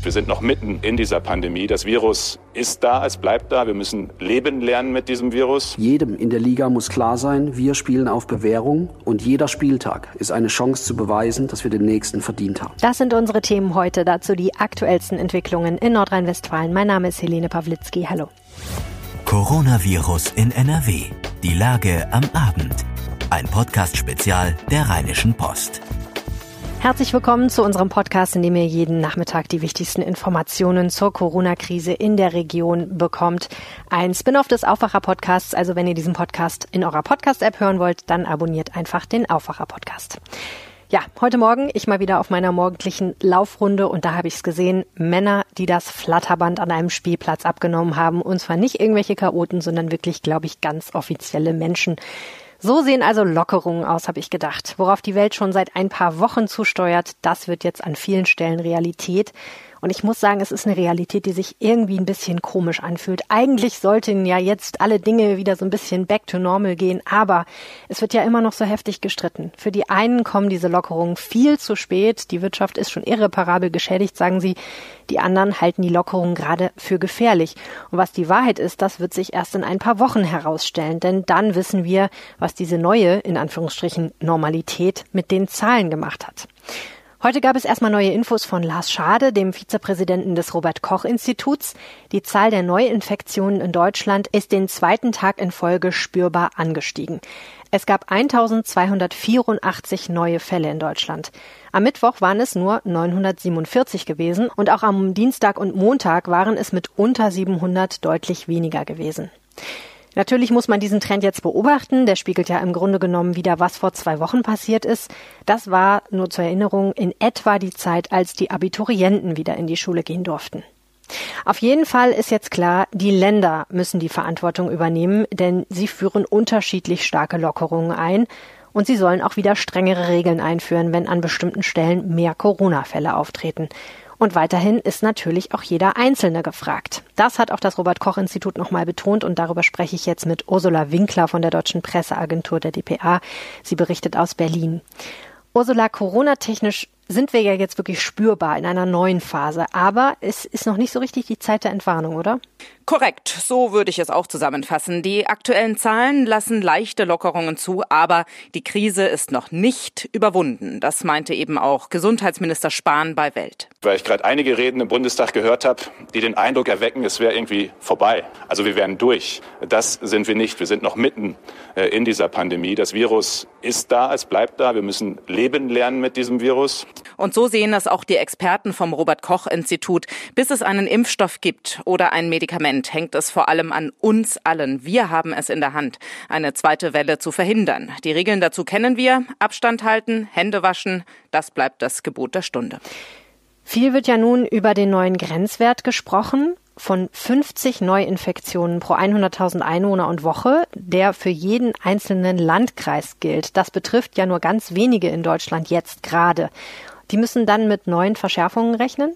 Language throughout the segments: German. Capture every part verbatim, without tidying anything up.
Wir sind noch mitten in dieser Pandemie. Das Virus ist da, es bleibt da. Wir müssen leben lernen mit diesem Virus. Jedem in der Liga muss klar sein, wir spielen auf Bewährung und jeder Spieltag ist eine Chance zu beweisen, dass wir den nächsten verdient haben. Das sind unsere Themen heute, dazu die aktuellsten Entwicklungen in Nordrhein-Westfalen. Mein Name ist Helene Pawlitzki. Hallo. Coronavirus in N R W. Die Lage am Abend. Ein Podcast-Spezial der Rheinischen Post. Herzlich willkommen zu unserem Podcast, in dem ihr jeden Nachmittag die wichtigsten Informationen zur Corona-Krise in der Region bekommt. Ein Spin-off des Aufwacher-Podcasts, also wenn ihr diesen Podcast in eurer Podcast-App hören wollt, dann abonniert einfach den Aufwacher-Podcast. Ja, heute Morgen ich mal wieder auf meiner morgendlichen Laufrunde und da habe ich es gesehen, Männer, die das Flatterband an einem Spielplatz abgenommen haben. Und zwar nicht irgendwelche Chaoten, sondern wirklich, glaube ich, ganz offizielle Menschen. So sehen also Lockerungen aus, habe ich gedacht. Worauf die Welt schon seit ein paar Wochen zusteuert, das wird jetzt an vielen Stellen Realität. Und ich muss sagen, es ist eine Realität, die sich irgendwie ein bisschen komisch anfühlt. Eigentlich sollten ja jetzt alle Dinge wieder so ein bisschen back to normal gehen, aber es wird ja immer noch so heftig gestritten. Für die einen kommen diese Lockerungen viel zu spät. Die Wirtschaft ist schon irreparabel geschädigt, sagen sie. Die anderen halten die Lockerungen gerade für gefährlich. Und was die Wahrheit ist, das wird sich erst in ein paar Wochen herausstellen. Denn dann wissen wir, was diese neue, in Anführungsstrichen, Normalität mit den Zahlen gemacht hat. Heute gab es erstmal neue Infos von Lars Schade, dem Vizepräsidenten des Robert-Koch-Instituts. Die Zahl der Neuinfektionen in Deutschland ist den zweiten Tag in Folge spürbar angestiegen. Es gab eintausendzweihundertvierundachtzig neue Fälle in Deutschland. Am Mittwoch waren es nur neunhundertsiebenundvierzig gewesen und auch am Dienstag und Montag waren es mit unter siebenhundert deutlich weniger gewesen. Natürlich muss man diesen Trend jetzt beobachten. Der spiegelt ja im Grunde genommen wieder, was vor zwei Wochen passiert ist. Das war, nur zur Erinnerung, in etwa die Zeit, als die Abiturienten wieder in die Schule gehen durften. Auf jeden Fall ist jetzt klar, die Länder müssen die Verantwortung übernehmen, denn sie führen unterschiedlich starke Lockerungen ein. Und sie sollen auch wieder strengere Regeln einführen, wenn an bestimmten Stellen mehr Corona-Fälle auftreten. Und weiterhin ist natürlich auch jeder Einzelne gefragt. Das hat auch das Robert-Koch-Institut nochmal betont und darüber spreche ich jetzt mit Ursula Winkler von der Deutschen Presseagentur der D P A. Sie berichtet aus Berlin. Ursula, Corona-technisch sind wir ja jetzt wirklich spürbar in einer neuen Phase, aber es ist noch nicht so richtig die Zeit der Entwarnung, oder? Korrekt, so würde ich es auch zusammenfassen. Die aktuellen Zahlen lassen leichte Lockerungen zu, aber die Krise ist noch nicht überwunden. Das meinte eben auch Gesundheitsminister Spahn bei Welt. Weil ich gerade einige Reden im Bundestag gehört habe, die den Eindruck erwecken, es wäre irgendwie vorbei. Also wir wären durch. Das sind wir nicht. Wir sind noch mitten in dieser Pandemie. Das Virus ist da, es bleibt da. Wir müssen leben lernen mit diesem Virus. Und so sehen das auch die Experten vom Robert-Koch-Institut. Bis es einen Impfstoff gibt oder ein Medikament, hängt es vor allem an uns allen. Wir haben es in der Hand, eine zweite Welle zu verhindern. Die Regeln dazu kennen wir. Abstand halten, Hände waschen, das bleibt das Gebot der Stunde. Viel wird ja nun über den neuen Grenzwert gesprochen. Von fünfzig Neuinfektionen pro hunderttausend Einwohner und Woche, der für jeden einzelnen Landkreis gilt. Das betrifft ja nur ganz wenige in Deutschland jetzt gerade. Die müssen dann mit neuen Verschärfungen rechnen?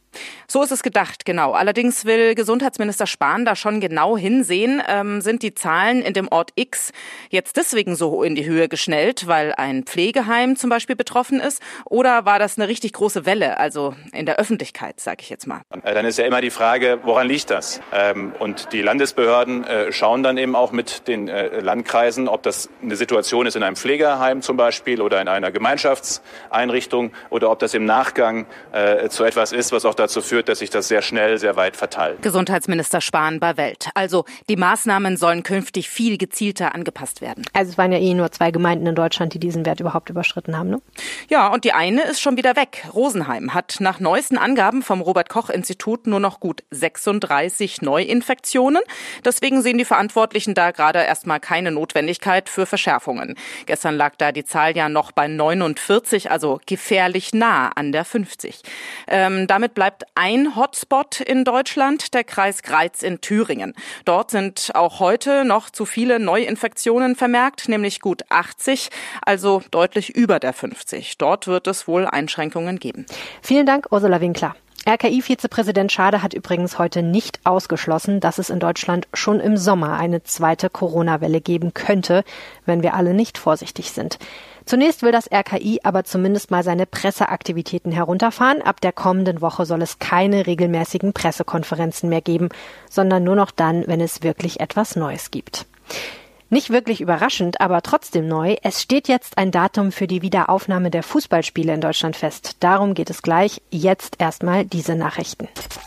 So ist es gedacht, genau. Allerdings will Gesundheitsminister Spahn da schon genau hinsehen. Ähm, sind die Zahlen in dem Ort X jetzt deswegen so in die Höhe geschnellt, weil ein Pflegeheim zum Beispiel betroffen ist? Oder war das eine richtig große Welle, also in der Öffentlichkeit, sage ich jetzt mal? Dann ist ja immer die Frage, woran liegt das? Ähm, und die Landesbehörden äh, schauen dann eben auch mit den äh, Landkreisen, ob das eine Situation ist in einem Pflegeheim zum Beispiel oder in einer Gemeinschaftseinrichtung oder ob das im Nachgang äh, zu etwas ist, was auch dazu führt, dass sich das sehr schnell, sehr weit verteilt. Gesundheitsminister Spahn bei Welt. Also die Maßnahmen sollen künftig viel gezielter angepasst werden. Also es waren ja eh nur zwei Gemeinden in Deutschland, die diesen Wert überhaupt überschritten haben, ne? Ja, und die eine ist schon wieder weg. Rosenheim hat nach neuesten Angaben vom Robert-Koch-Institut nur noch gut sechsunddreißig Neuinfektionen. Deswegen sehen die Verantwortlichen da gerade erstmal keine Notwendigkeit für Verschärfungen. Gestern lag da die Zahl ja noch bei neunundvierzig, also gefährlich nah an der fünfzig. Ähm, damit bleibt ein Hotspot in Deutschland, der Kreis Greiz in Thüringen. Dort sind auch heute noch zu viele Neuinfektionen vermerkt, nämlich gut achtzig, also deutlich über der fünfzig. Dort wird es wohl Einschränkungen geben. Vielen Dank, Ursula Winkler. R K I-Vizepräsident Schade hat übrigens heute nicht ausgeschlossen, dass es in Deutschland schon im Sommer eine zweite Corona-Welle geben könnte, wenn wir alle nicht vorsichtig sind. Zunächst will das R K I aber zumindest mal seine Presseaktivitäten herunterfahren. Ab der kommenden Woche soll es keine regelmäßigen Pressekonferenzen mehr geben, sondern nur noch dann, wenn es wirklich etwas Neues gibt. Nicht wirklich überraschend, aber trotzdem neu. Es steht jetzt ein Datum für die Wiederaufnahme der Fußballspiele in Deutschland fest. Darum geht es gleich. Jetzt erstmal diese Nachrichten.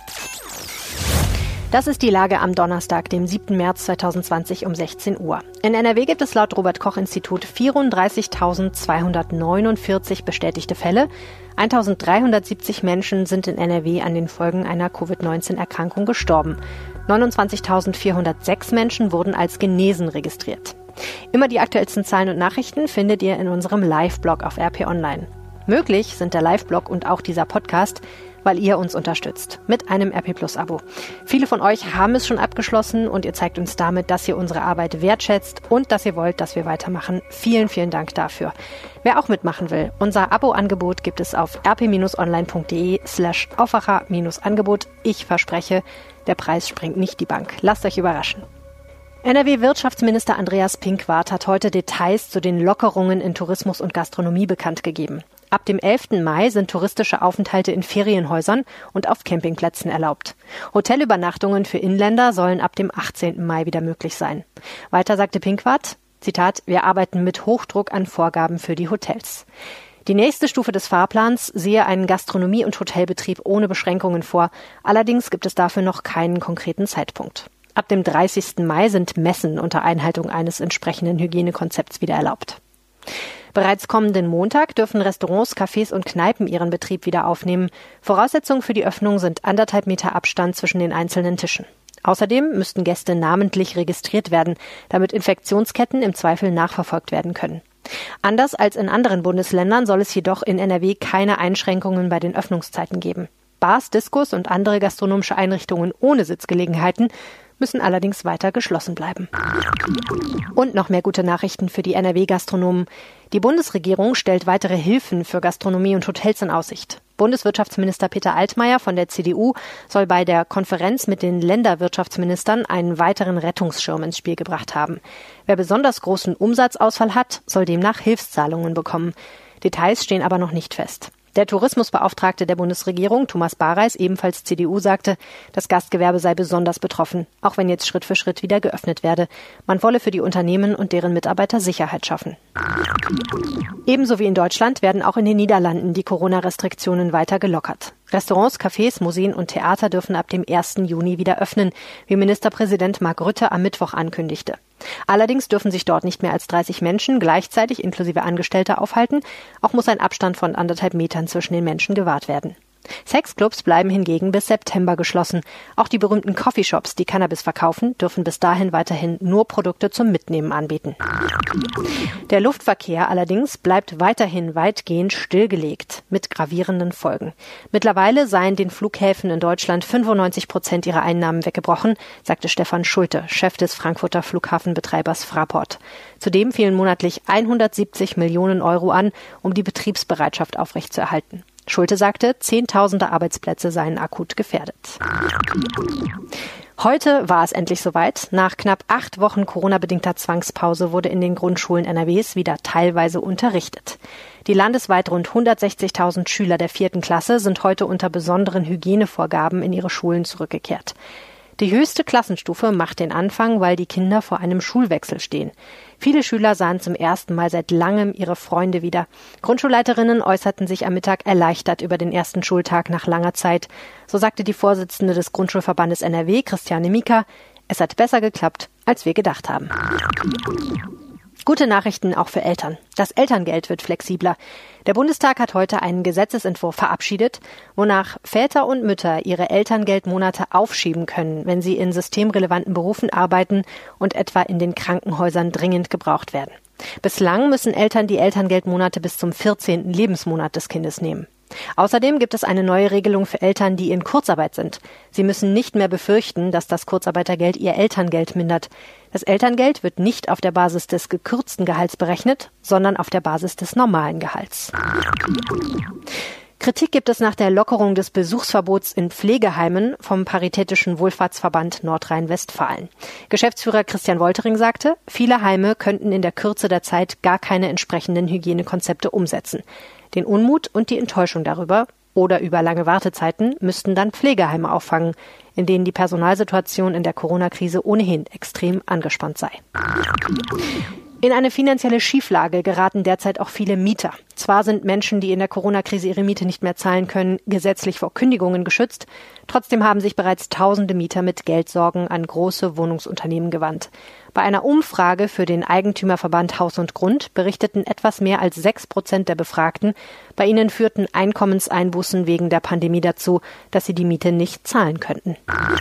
Das ist die Lage am Donnerstag, dem siebten März zweitausendzwanzig um sechzehn Uhr. In N R W gibt es laut Robert-Koch-Institut vierunddreißigtausendzweihundertneunundvierzig bestätigte Fälle. eintausenddreihundertsiebzig Menschen sind in N R W an den Folgen einer Covid neunzehn Erkrankung gestorben. neunundzwanzigtausendvierhundertsechs Menschen wurden als genesen registriert. Immer die aktuellsten Zahlen und Nachrichten findet ihr in unserem Live-Blog auf R P Online. Möglich sind der Live-Blog und auch dieser Podcast, weil ihr uns unterstützt mit einem R P Plus Abo. Viele von euch haben es schon abgeschlossen und ihr zeigt uns damit, dass ihr unsere Arbeit wertschätzt und dass ihr wollt, dass wir weitermachen. Vielen, vielen Dank dafür. Wer auch mitmachen will, unser Abo-Angebot gibt es auf rp-online.de slash Aufwacher-Angebot. Ich verspreche, der Preis springt nicht die Bank. Lasst euch überraschen. N R W-Wirtschaftsminister Andreas Pinkwart hat heute Details zu den Lockerungen in Tourismus und Gastronomie bekannt gegeben. Ab dem elften Mai sind touristische Aufenthalte in Ferienhäusern und auf Campingplätzen erlaubt. Hotelübernachtungen für Inländer sollen ab dem achtzehnten Mai wieder möglich sein. Weiter sagte Pinkwart, Zitat, wir arbeiten mit Hochdruck an Vorgaben für die Hotels. Die nächste Stufe des Fahrplans sehe einen Gastronomie- und Hotelbetrieb ohne Beschränkungen vor. Allerdings gibt es dafür noch keinen konkreten Zeitpunkt. Ab dem dreißigsten Mai sind Messen unter Einhaltung eines entsprechenden Hygienekonzepts wieder erlaubt. Bereits kommenden Montag dürfen Restaurants, Cafés und Kneipen ihren Betrieb wieder aufnehmen. Voraussetzung für die Öffnung sind anderthalb Meter Abstand zwischen den einzelnen Tischen. Außerdem müssten Gäste namentlich registriert werden, damit Infektionsketten im Zweifel nachverfolgt werden können. Anders als in anderen Bundesländern soll es jedoch in N R W keine Einschränkungen bei den Öffnungszeiten geben. Bars, Diskos und andere gastronomische Einrichtungen ohne Sitzgelegenheiten müssen allerdings weiter geschlossen bleiben. Und noch mehr gute Nachrichten für die N R W-Gastronomen. Die Bundesregierung stellt weitere Hilfen für Gastronomie und Hotels in Aussicht. Bundeswirtschaftsminister Peter Altmaier von der C D U soll bei der Konferenz mit den Länderwirtschaftsministern einen weiteren Rettungsschirm ins Spiel gebracht haben. Wer besonders großen Umsatzausfall hat, soll demnach Hilfszahlungen bekommen. Details stehen aber noch nicht fest. Der Tourismusbeauftragte der Bundesregierung, Thomas Bareis, ebenfalls C D U, sagte, das Gastgewerbe sei besonders betroffen, auch wenn jetzt Schritt für Schritt wieder geöffnet werde. Man wolle für die Unternehmen und deren Mitarbeiter Sicherheit schaffen. Ebenso wie in Deutschland werden auch in den Niederlanden die Corona-Restriktionen weiter gelockert. Restaurants, Cafés, Museen und Theater dürfen ab dem ersten Juni wieder öffnen, wie Ministerpräsident Mark Rutte am Mittwoch ankündigte. Allerdings dürfen sich dort nicht mehr als dreißig Menschen gleichzeitig inklusive Angestellter aufhalten. Auch muss ein Abstand von anderthalb Metern zwischen den Menschen gewahrt werden. Sexclubs bleiben hingegen bis September geschlossen. Auch die berühmten Coffeeshops, die Cannabis verkaufen, dürfen bis dahin weiterhin nur Produkte zum Mitnehmen anbieten. Der Luftverkehr allerdings bleibt weiterhin weitgehend stillgelegt, mit gravierenden Folgen. Mittlerweile seien den Flughäfen in Deutschland fünfundneunzig Prozent ihrer Einnahmen weggebrochen, sagte Stefan Schulte, Chef des Frankfurter Flughafenbetreibers Fraport. Zudem fehlen monatlich hundertsiebzig Millionen Euro an, um die Betriebsbereitschaft aufrechtzuerhalten. Schulte sagte, Zehntausende Arbeitsplätze seien akut gefährdet. Heute war es endlich soweit. Nach knapp acht Wochen Corona-bedingter Zwangspause wurde in den Grundschulen N R Ws wieder teilweise unterrichtet. Die landesweit rund hundertsechzigtausend Schüler der vierten Klasse sind heute unter besonderen Hygienevorgaben in ihre Schulen zurückgekehrt. Die höchste Klassenstufe macht den Anfang, weil die Kinder vor einem Schulwechsel stehen. Viele Schüler sahen zum ersten Mal seit langem ihre Freunde wieder. Grundschulleiterinnen äußerten sich am Mittag erleichtert über den ersten Schultag nach langer Zeit. So sagte die Vorsitzende des Grundschulverbandes N R W, Christiane Mika, es hat besser geklappt, als wir gedacht haben. Gute Nachrichten auch für Eltern. Das Elterngeld wird flexibler. Der Bundestag hat heute einen Gesetzesentwurf verabschiedet, wonach Väter und Mütter ihre Elterngeldmonate aufschieben können, wenn sie in systemrelevanten Berufen arbeiten und etwa in den Krankenhäusern dringend gebraucht werden. Bislang müssen Eltern die Elterngeldmonate bis zum vierzehnten Lebensmonat des Kindes nehmen. Außerdem gibt es eine neue Regelung für Eltern, die in Kurzarbeit sind. Sie müssen nicht mehr befürchten, dass das Kurzarbeitergeld ihr Elterngeld mindert. Das Elterngeld wird nicht auf der Basis des gekürzten Gehalts berechnet, sondern auf der Basis des normalen Gehalts. Kritik gibt es nach der Lockerung des Besuchsverbots in Pflegeheimen vom Paritätischen Wohlfahrtsverband Nordrhein-Westfalen. Geschäftsführer Christian Woltering sagte, viele Heime könnten in der Kürze der Zeit gar keine entsprechenden Hygienekonzepte umsetzen. Den Unmut und die Enttäuschung darüber oder über lange Wartezeiten müssten dann Pflegeheime auffangen, in denen die Personalsituation in der Corona-Krise ohnehin extrem angespannt sei. In eine finanzielle Schieflage geraten derzeit auch viele Mieter. Zwar sind Menschen, die in der Corona-Krise ihre Miete nicht mehr zahlen können, gesetzlich vor Kündigungen geschützt. Trotzdem haben sich bereits tausende Mieter mit Geldsorgen an große Wohnungsunternehmen gewandt. Bei einer Umfrage für den Eigentümerverband Haus und Grund berichteten etwas mehr als sechs Prozent der Befragten, bei ihnen führten Einkommenseinbußen wegen der Pandemie dazu, dass sie die Miete nicht zahlen könnten.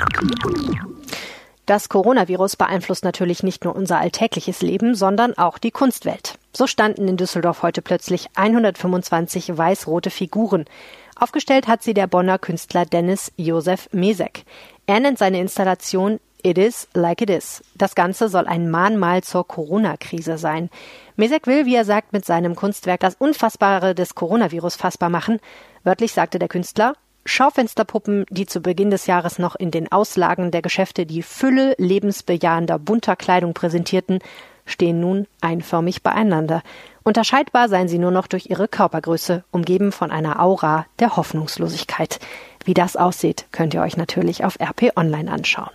Das Coronavirus beeinflusst natürlich nicht nur unser alltägliches Leben, sondern auch die Kunstwelt. So standen in Düsseldorf heute plötzlich hundertfünfundzwanzig weiß-rote Figuren. Aufgestellt hat sie der Bonner Künstler Dennis Josef Mesek. Er nennt seine Installation It is like it is. Das Ganze soll ein Mahnmal zur Corona-Krise sein. Mesek will, wie er sagt, mit seinem Kunstwerk das Unfassbare des Coronavirus fassbar machen. Wörtlich sagte der Künstler: Schaufensterpuppen, die zu Beginn des Jahres noch in den Auslagen der Geschäfte die Fülle lebensbejahender bunter Kleidung präsentierten, stehen nun einförmig beieinander. Unterscheidbar seien sie nur noch durch ihre Körpergröße, umgeben von einer Aura der Hoffnungslosigkeit. Wie das aussieht, könnt ihr euch natürlich auf R P Online anschauen.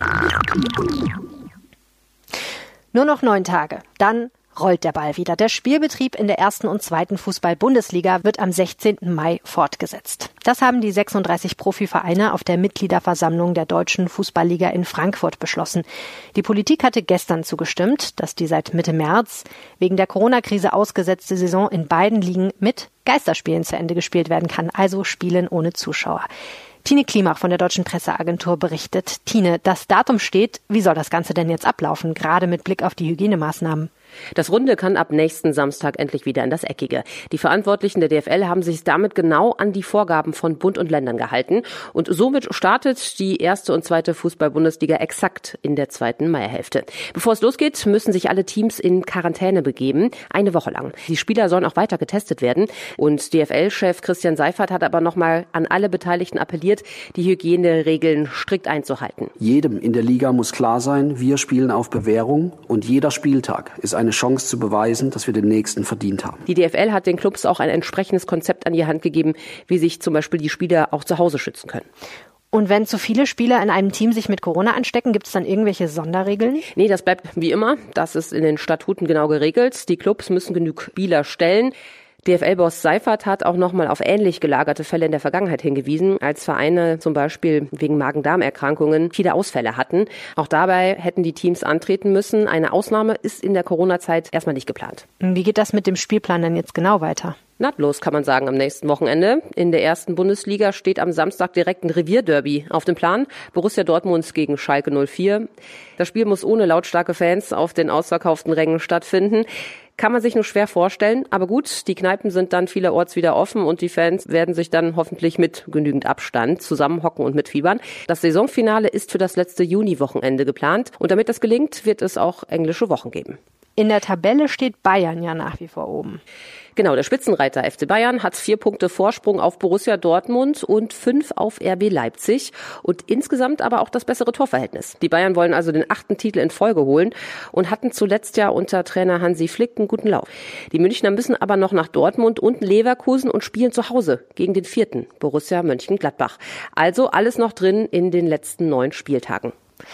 Nur noch neun Tage, dann rollt der Ball wieder. Der Spielbetrieb in der ersten und zweiten Fußball-Bundesliga wird am sechzehnten Mai fortgesetzt. Das haben die sechsunddreißig Profivereine auf der Mitgliederversammlung der Deutschen Fußballliga in Frankfurt beschlossen. Die Politik hatte gestern zugestimmt, dass die seit Mitte März wegen der Corona-Krise ausgesetzte Saison in beiden Ligen mit Geisterspielen zu Ende gespielt werden kann, also Spielen ohne Zuschauer. Tine Klimach von der Deutschen Presseagentur berichtet. Tine, das Datum steht. Wie soll das Ganze denn jetzt ablaufen, gerade mit Blick auf die Hygienemaßnahmen? Das Runde kann ab nächsten Samstag endlich wieder in das Eckige. Die Verantwortlichen der D F L haben sich damit genau an die Vorgaben von Bund und Ländern gehalten. Und somit startet die erste und zweite Fußball-Bundesliga exakt in der zweiten Maihälfte. Bevor es losgeht, müssen sich alle Teams in Quarantäne begeben, eine Woche lang. Die Spieler sollen auch weiter getestet werden. Und D F L-Chef Christian Seifert hat aber nochmal an alle Beteiligten appelliert, die Hygieneregeln strikt einzuhalten. Jedem in der Liga muss klar sein, wir spielen auf Bewährung und jeder Spieltag ist eine Chance zu beweisen, dass wir den nächsten verdient haben. Die D F L hat den Clubs auch ein entsprechendes Konzept an die Hand gegeben, wie sich zum Beispiel die Spieler auch zu Hause schützen können. Und wenn zu viele Spieler in einem Team sich mit Corona anstecken, gibt es dann irgendwelche Sonderregeln? Nee, das bleibt wie immer. Das ist in den Statuten genau geregelt. Die Clubs müssen genug Spieler stellen. D F L-Boss Seifert hat auch nochmal auf ähnlich gelagerte Fälle in der Vergangenheit hingewiesen, als Vereine zum Beispiel wegen Magen-Darm-Erkrankungen viele Ausfälle hatten. Auch dabei hätten die Teams antreten müssen. Eine Ausnahme ist in der Corona-Zeit erstmal nicht geplant. Wie geht das mit dem Spielplan denn jetzt genau weiter? Nahtlos kann man sagen am nächsten Wochenende. In der ersten Bundesliga steht am Samstag direkt ein Revierderby auf dem Plan. Borussia Dortmund gegen Schalke null vier. Das Spiel muss ohne lautstarke Fans auf den ausverkauften Rängen stattfinden. Kann man sich nur schwer vorstellen. Aber gut, die Kneipen sind dann vielerorts wieder offen und die Fans werden sich dann hoffentlich mit genügend Abstand zusammenhocken und mitfiebern. Das Saisonfinale ist für das letzte Juni-Wochenende geplant. Und damit das gelingt, wird es auch englische Wochen geben. In der Tabelle steht Bayern ja nach wie vor oben. Genau, der Spitzenreiter F C Bayern hat vier Punkte Vorsprung auf Borussia Dortmund und fünf auf R B Leipzig und insgesamt aber auch das bessere Torverhältnis. Die Bayern wollen also den achten Titel in Folge holen und hatten zuletzt ja unter Trainer Hansi Flick einen guten Lauf. Die Münchner müssen aber noch nach Dortmund und Leverkusen und spielen zu Hause gegen den vierten Borussia Mönchengladbach. Also alles noch drin in den letzten neun Spieltagen.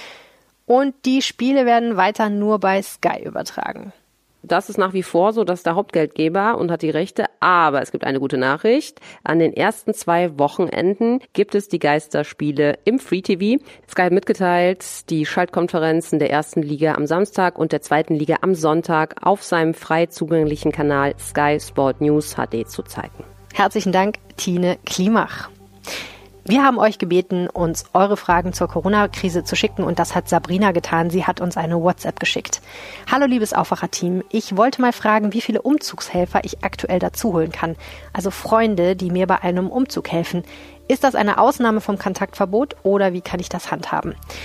Und die Spiele werden weiter nur bei Sky übertragen. Das ist nach wie vor so, dass der Hauptgeldgeber und hat die Rechte. Aber es gibt eine gute Nachricht. An den ersten zwei Wochenenden gibt es die Geisterspiele im Free-T V. Sky hat mitgeteilt, die Schaltkonferenzen der ersten Liga am Samstag und der zweiten Liga am Sonntag auf seinem frei zugänglichen Kanal Sky Sport News H D zu zeigen. Herzlichen Dank, Tine Klimach. Wir haben euch gebeten, uns eure Fragen zur Corona-Krise zu schicken und das hat Sabrina getan. Sie hat uns eine WhatsApp geschickt. Hallo liebes Aufwacher-Team, ich wollte mal fragen, wie viele Umzugshelfer ich aktuell dazu holen kann. Also Freunde, die mir bei einem Umzug helfen. Ist das eine Ausnahme vom Kontaktverbot oder wie kann ich das handhaben?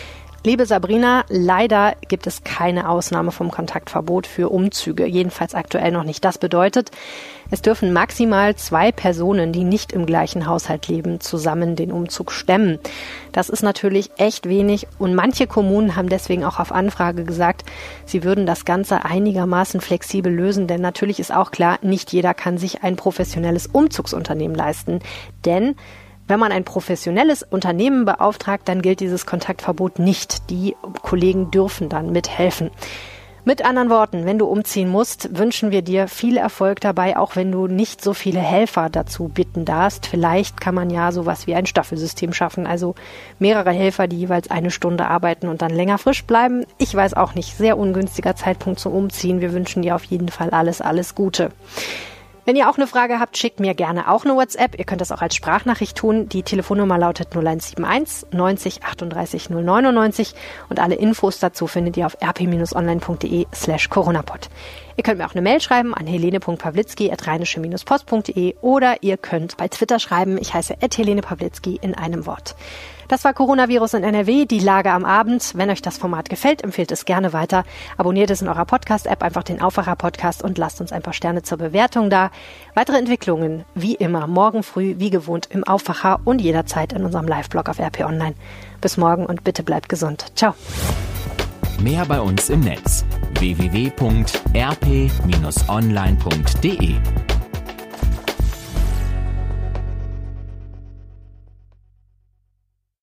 Liebe Sabrina, leider gibt es keine Ausnahme vom Kontaktverbot für Umzüge, jedenfalls aktuell noch nicht. Das bedeutet, es dürfen maximal zwei Personen, die nicht im gleichen Haushalt leben, zusammen den Umzug stemmen. Das ist natürlich echt wenig und manche Kommunen haben deswegen auch auf Anfrage gesagt, sie würden das Ganze einigermaßen flexibel lösen, denn natürlich ist auch klar, nicht jeder kann sich ein professionelles Umzugsunternehmen leisten, denn wenn man ein professionelles Unternehmen beauftragt, dann gilt dieses Kontaktverbot nicht. Die Kollegen dürfen dann mithelfen. Mit anderen Worten, wenn du umziehen musst, wünschen wir dir viel Erfolg dabei, auch wenn du nicht so viele Helfer dazu bitten darfst. Vielleicht kann man ja sowas wie ein Staffelsystem schaffen, also mehrere Helfer, die jeweils eine Stunde arbeiten und dann länger frisch bleiben. Ich weiß auch nicht, sehr ungünstiger Zeitpunkt zum Umziehen. Wir wünschen dir auf jeden Fall alles, alles Gute. Wenn ihr auch eine Frage habt, schickt mir gerne auch eine WhatsApp. Ihr könnt das auch als Sprachnachricht tun. Die Telefonnummer lautet null eins sieben eins neunzig achtunddreißig null neunundneunzig und alle Infos dazu findet ihr auf rp-online.de slash coronapod. Ihr könnt mir auch eine Mail schreiben an helene.pawlitzki at rheinische-post.de oder ihr könnt bei Twitter schreiben. Ich heiße at Helene Pawlitzki in einem Wort. Das war Coronavirus in N R W, die Lage am Abend. Wenn euch das Format gefällt, empfehlt es gerne weiter. Abonniert es in eurer Podcast-App, einfach den Aufwacher-Podcast und lasst uns ein paar Sterne zur Bewertung da. Weitere Entwicklungen, wie immer, morgen früh, wie gewohnt, im Aufwacher und jederzeit in unserem Live-Blog auf R P Online. Bis morgen und bitte bleibt gesund. Ciao. Mehr bei uns im Netz w w w punkt r p dash online punkt d e